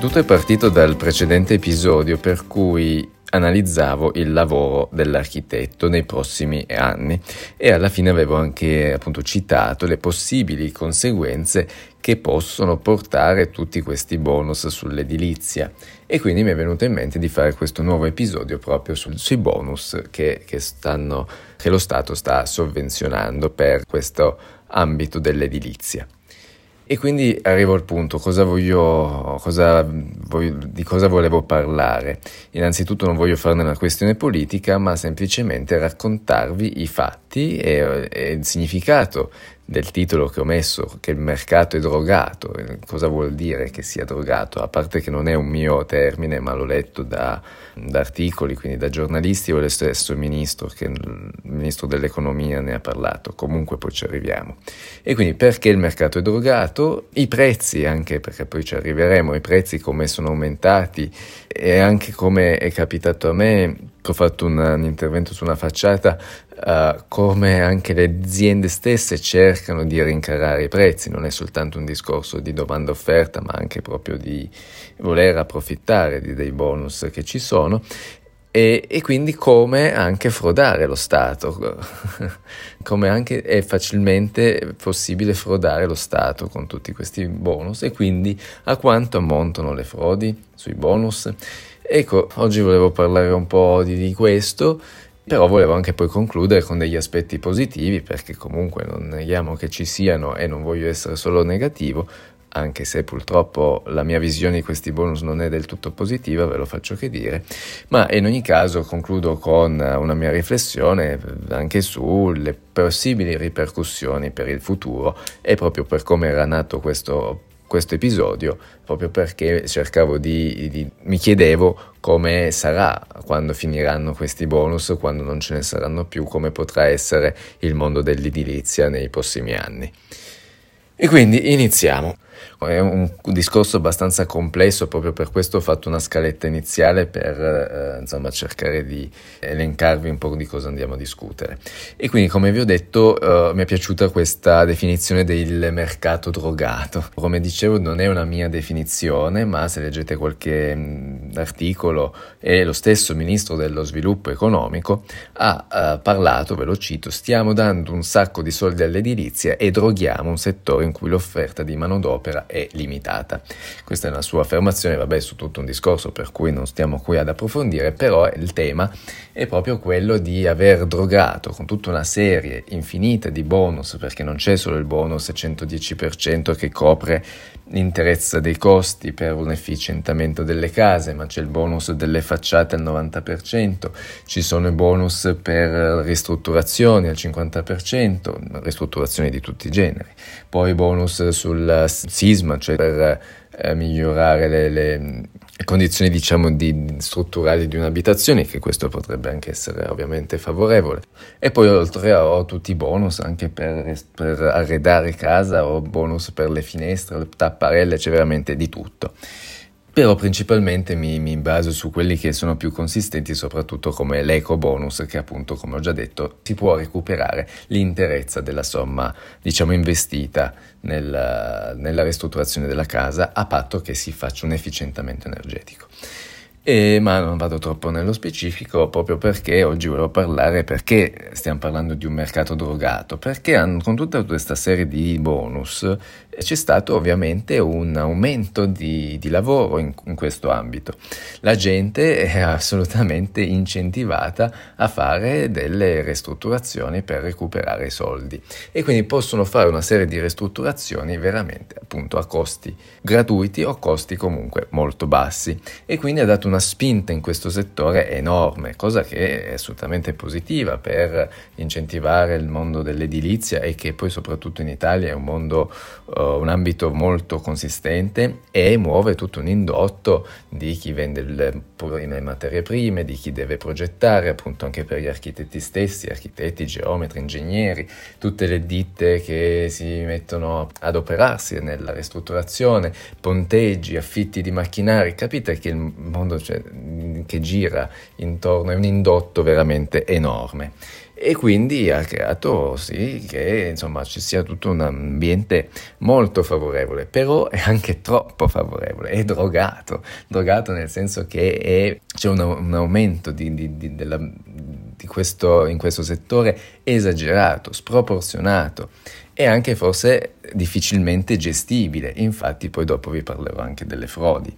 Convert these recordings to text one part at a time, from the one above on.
Tutto è partito dal precedente episodio per cui analizzavo il lavoro dell'architetto nei prossimi anni e alla fine avevo anche citato le possibili conseguenze che possono portare tutti questi bonus sull'edilizia, e quindi mi è venuto in mente di fare questo nuovo episodio proprio sui bonus che lo Stato sta sovvenzionando per questo ambito dell'edilizia. E quindi arrivo al punto, di cosa volevo parlare. Innanzitutto non voglio farne una questione politica, ma semplicemente raccontarvi i fatti e il significato del titolo che ho messo, che il mercato è drogato. Cosa vuol dire che sia drogato? A parte che non è un mio termine, ma l'ho letto da articoli, quindi da giornalisti, o lo stesso ministro, che il ministro dell'economia ne ha parlato. Comunque poi ci arriviamo. E quindi perché il mercato è drogato? I prezzi, anche perché poi ci arriveremo, i prezzi come sono aumentati, e anche come è capitato a me, che ho fatto un intervento su una facciata, come anche le aziende stesse cercano di rincarare i prezzi. Non è soltanto un discorso di domanda-offerta, ma anche proprio di voler approfittare dei bonus che ci sono, e quindi come anche frodare lo Stato, come anche è facilmente possibile frodare lo Stato con tutti questi bonus, e quindi a quanto ammontano le frodi sui bonus. Ecco, oggi volevo parlare un po' di questo, però volevo anche poi concludere con degli aspetti positivi, perché comunque non neghiamo che ci siano e non voglio essere solo negativo, anche se purtroppo la mia visione di questi bonus non è del tutto positiva, ve lo faccio che dire, ma in ogni caso concludo con una mia riflessione anche sulle possibili ripercussioni per il futuro, e proprio per come era nato questo episodio, proprio perché mi chiedevo come sarà quando finiranno questi bonus, quando non ce ne saranno più, come potrà essere il mondo dell'edilizia nei prossimi anni. E quindi iniziamo. È un discorso abbastanza complesso, proprio per questo ho fatto una scaletta iniziale per cercare di elencarvi un po' di cosa andiamo a discutere. E quindi, come vi ho detto, mi è piaciuta questa definizione del mercato drogato. Come dicevo, non è una mia definizione, ma se leggete qualche articolo, e lo stesso ministro dello sviluppo economico ha parlato, ve lo cito: stiamo dando un sacco di soldi all'edilizia e droghiamo un settore in cui l'offerta di manodopera è limitata. Questa è una sua affermazione, su tutto un discorso per cui non stiamo qui ad approfondire, però il tema è proprio quello di aver drogato con tutta una serie infinita di bonus, perché non c'è solo il bonus 110% che copre l'interezza dei costi per un efficientamento delle case, ma c'è il bonus delle facciate al 90%, ci sono i bonus per ristrutturazioni al 50%, ristrutturazioni di tutti i generi, poi bonus sul sisma, cioè per migliorare le condizioni strutturali di un'abitazione, che questo potrebbe anche essere ovviamente favorevole. E poi oltre ho tutti i bonus anche per arredare casa, o bonus per le finestre, le tapparelle, c'è veramente di tutto. Però principalmente mi baso su quelli che sono più consistenti, soprattutto come l'eco bonus, che appunto, come ho già detto, si può recuperare l'interezza della somma investita nella ristrutturazione della casa, a patto che si faccia un efficientamento energetico. Ma non vado troppo nello specifico, proprio perché oggi volevo parlare perché stiamo parlando di un mercato drogato, perché con tutta questa serie di bonus c'è stato ovviamente un aumento di lavoro in questo ambito. La gente è assolutamente incentivata a fare delle ristrutturazioni per recuperare i soldi, e quindi possono fare una serie di ristrutturazioni veramente appunto a costi gratuiti o costi comunque molto bassi, e quindi ha dato una spinta in questo settore enorme, cosa che è assolutamente positiva per incentivare il mondo dell'edilizia, e che poi soprattutto in Italia è un ambito molto consistente, e muove tutto un indotto di chi vende le materie prime, di chi deve progettare, appunto anche per gli architetti stessi, architetti, geometri, ingegneri, tutte le ditte che si mettono ad operarsi nella ristrutturazione, ponteggi, affitti di macchinari. Capite che il mondo che gira intorno è un indotto veramente enorme. e quindi ha creato sì che insomma ci sia tutto un ambiente molto favorevole, però è anche troppo favorevole, è drogato nel senso che c'è un aumento di questo, in questo settore esagerato, sproporzionato e anche forse difficilmente gestibile. Infatti poi dopo vi parlerò anche delle frodi.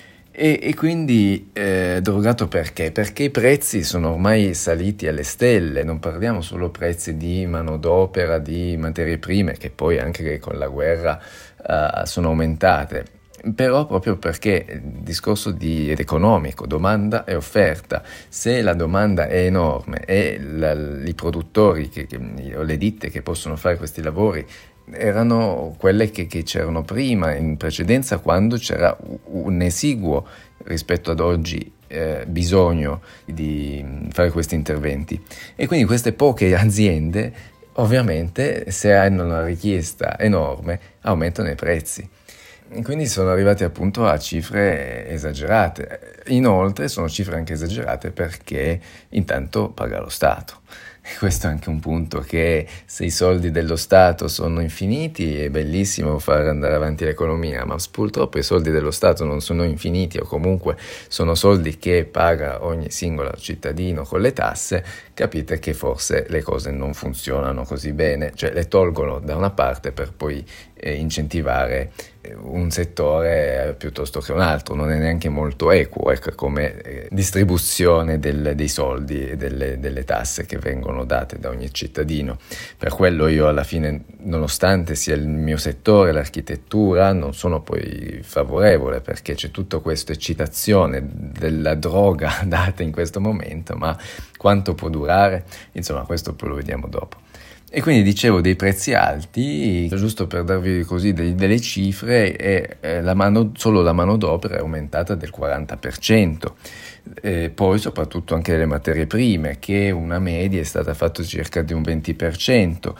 E quindi drogato perché? Perché i prezzi sono ormai saliti alle stelle, non parliamo solo prezzi di manodopera, di materie prime, che poi anche con la guerra sono aumentate, però proprio perché il discorso ed economico, domanda e offerta, se la domanda è enorme e i produttori, o le ditte che possono fare questi lavori, erano quelle che c'erano prima, in precedenza, quando c'era un esiguo rispetto ad oggi bisogno di fare questi interventi. E quindi queste poche aziende, ovviamente, se hanno una richiesta enorme, aumentano i prezzi. E quindi sono arrivati appunto a cifre esagerate. Inoltre sono cifre anche esagerate perché intanto paga lo Stato. E questo è anche un punto, che se i soldi dello Stato sono infiniti è bellissimo far andare avanti l'economia, ma purtroppo i soldi dello Stato non sono infiniti, o comunque sono soldi che paga ogni singolo cittadino con le tasse. Capite che forse le cose non funzionano così bene, cioè le tolgono da una parte per poi incentivare un settore piuttosto che un altro. Non è neanche molto equo, ecco, come distribuzione dei soldi e delle tasse che vengono date da ogni cittadino. Per quello io alla fine, nonostante sia il mio settore, l'architettura, non sono poi favorevole, perché c'è tutta questa eccitazione della droga data in questo momento, ma quanto può durare? Insomma, questo poi lo vediamo dopo. E quindi dicevo dei prezzi alti, giusto per darvi così delle cifre, solo la manodopera è aumentata del 40%, poi soprattutto anche le materie prime, che una media è stata fatta circa di un 20%,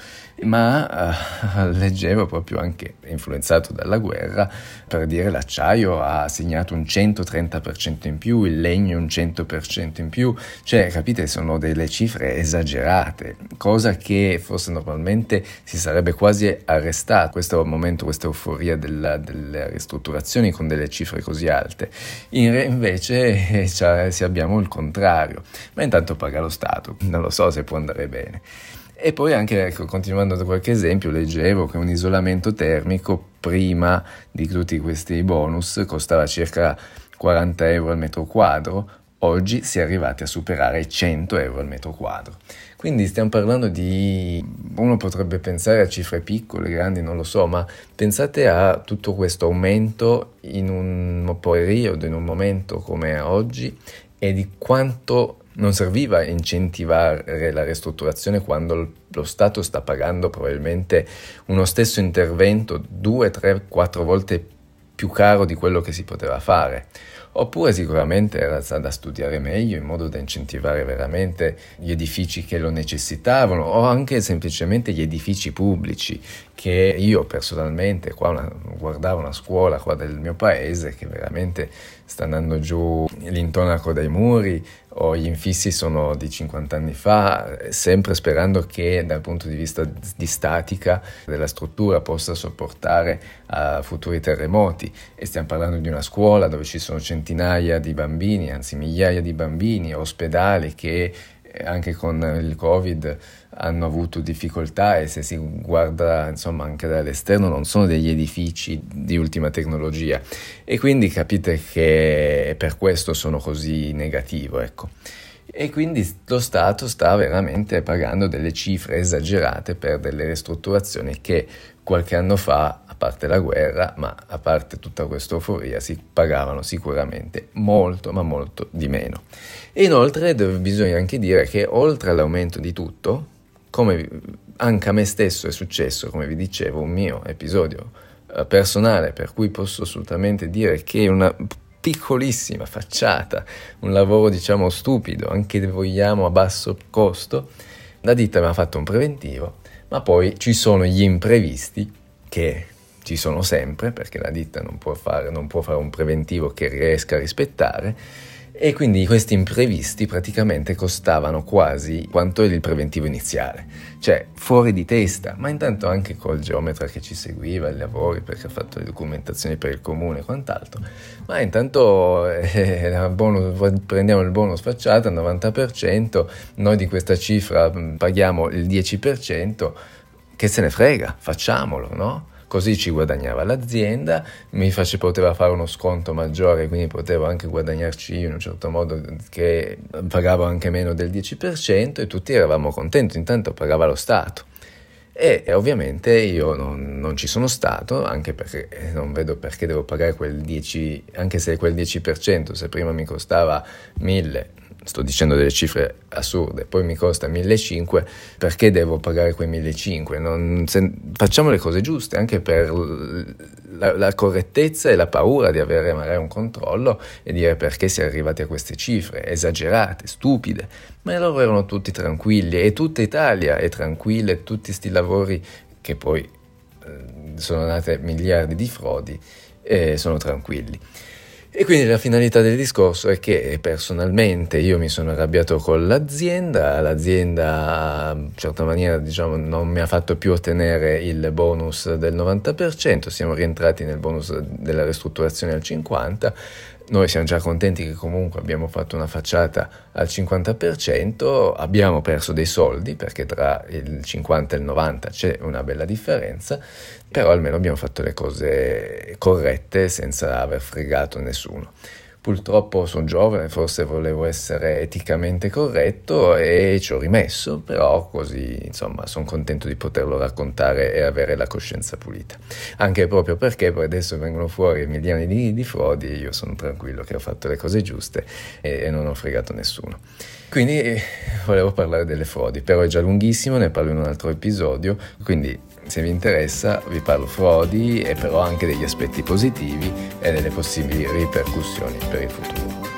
ma leggevo proprio anche influenzato dalla guerra, per dire l'acciaio ha segnato un 130% in più, il legno un 100% in più, cioè capite, sono delle cifre esagerate, cosa che forse normalmente si sarebbe quasi arrestata questo momento, questa euforia delle ristrutturazioni con delle cifre così alte. Invece abbiamo il contrario, ma intanto paga lo Stato, non lo so se può andare bene. E poi anche, ecco, continuando da qualche esempio, leggevo che un isolamento termico prima di tutti questi bonus costava circa 40 euro al metro quadro, oggi si è arrivati a superare i 100 euro al metro quadro. Quindi stiamo parlando uno potrebbe pensare a cifre piccole, grandi, non lo so, ma pensate a tutto questo aumento in un periodo, in un momento come oggi, e di quanto non serviva incentivare la ristrutturazione quando lo Stato sta pagando probabilmente uno stesso intervento 2, 3, 4 volte più caro di quello che si poteva fare. Oppure sicuramente era da studiare meglio in modo da incentivare veramente gli edifici che lo necessitavano, o anche semplicemente gli edifici pubblici, che io personalmente guardavo una scuola qua del mio paese che veramente sta andando giù l'intonaco dai muri, o gli infissi sono di 50 anni fa, sempre sperando che dal punto di vista di statica della struttura possa sopportare a futuri terremoti. E stiamo parlando di una scuola dove ci sono centinaia di bambini, anzi migliaia di bambini, ospedali che anche con il Covid hanno avuto difficoltà, e se si guarda insomma anche dall'esterno non sono degli edifici di ultima tecnologia, e quindi capite che per questo sono così negativo, ecco. E quindi lo Stato sta veramente pagando delle cifre esagerate per delle ristrutturazioni che qualche anno fa, a parte la guerra, ma a parte tutta questa euforia, si pagavano sicuramente molto, ma molto di meno. E inoltre bisogna anche dire che oltre all'aumento di tutto, come anche a me stesso è successo, come vi dicevo, un mio episodio personale, per cui posso assolutamente dire che una piccolissima facciata, un lavoro diciamo stupido, anche se vogliamo a basso costo, la ditta mi ha fatto un preventivo, ma poi ci sono gli imprevisti che ci sono sempre, perché la ditta non può fare un preventivo che riesca a rispettare, E quindi questi imprevisti praticamente costavano quasi quanto il preventivo iniziale, cioè fuori di testa, ma intanto anche col geometra che ci seguiva ai lavori perché ha fatto le documentazioni per il comune e quant'altro, ma intanto prendiamo il bonus facciata al 90%, noi di questa cifra paghiamo il 10%, che se ne frega, facciamolo, no? Così ci guadagnava l'azienda, poteva fare uno sconto maggiore, quindi potevo anche guadagnarci io in un certo modo, che pagavo anche meno del 10% e tutti eravamo contenti, intanto pagava lo Stato. E ovviamente io non ci sono stato, anche perché non vedo perché devo pagare quel 10%, anche se è quel 10%, se prima mi costava 1.000, sto dicendo delle cifre assurde, poi mi costa 1.500, perché devo pagare quei 1.500? Facciamo le cose giuste, anche per la correttezza e la paura di avere magari un controllo e dire perché si è arrivati a queste cifre esagerate, stupide, ma loro erano tutti tranquilli e tutta Italia è tranquilla, e tutti sti lavori che poi sono nate miliardi di frodi sono tranquilli. E quindi la finalità del discorso è che personalmente io mi sono arrabbiato con l'azienda in certa maniera non mi ha fatto più ottenere il bonus del 90%, siamo rientrati nel bonus della ristrutturazione al 50%, noi siamo già contenti che comunque abbiamo fatto una facciata al 50%, abbiamo perso dei soldi perché tra il 50 e il 90 c'è una bella differenza, però almeno abbiamo fatto le cose corrette senza aver fregato nessuno. Purtroppo sono giovane, forse volevo essere eticamente corretto e ci ho rimesso, però così insomma sono contento di poterlo raccontare e avere la coscienza pulita. Anche proprio perché poi adesso vengono fuori milioni di frodi e io sono tranquillo che ho fatto le cose giuste e non ho fregato nessuno. Quindi volevo parlare delle frodi, però è già lunghissimo, ne parlo in un altro episodio, quindi se vi interessa vi parlo frodi e però anche degli aspetti positivi e delle possibili ripercussioni per il futuro.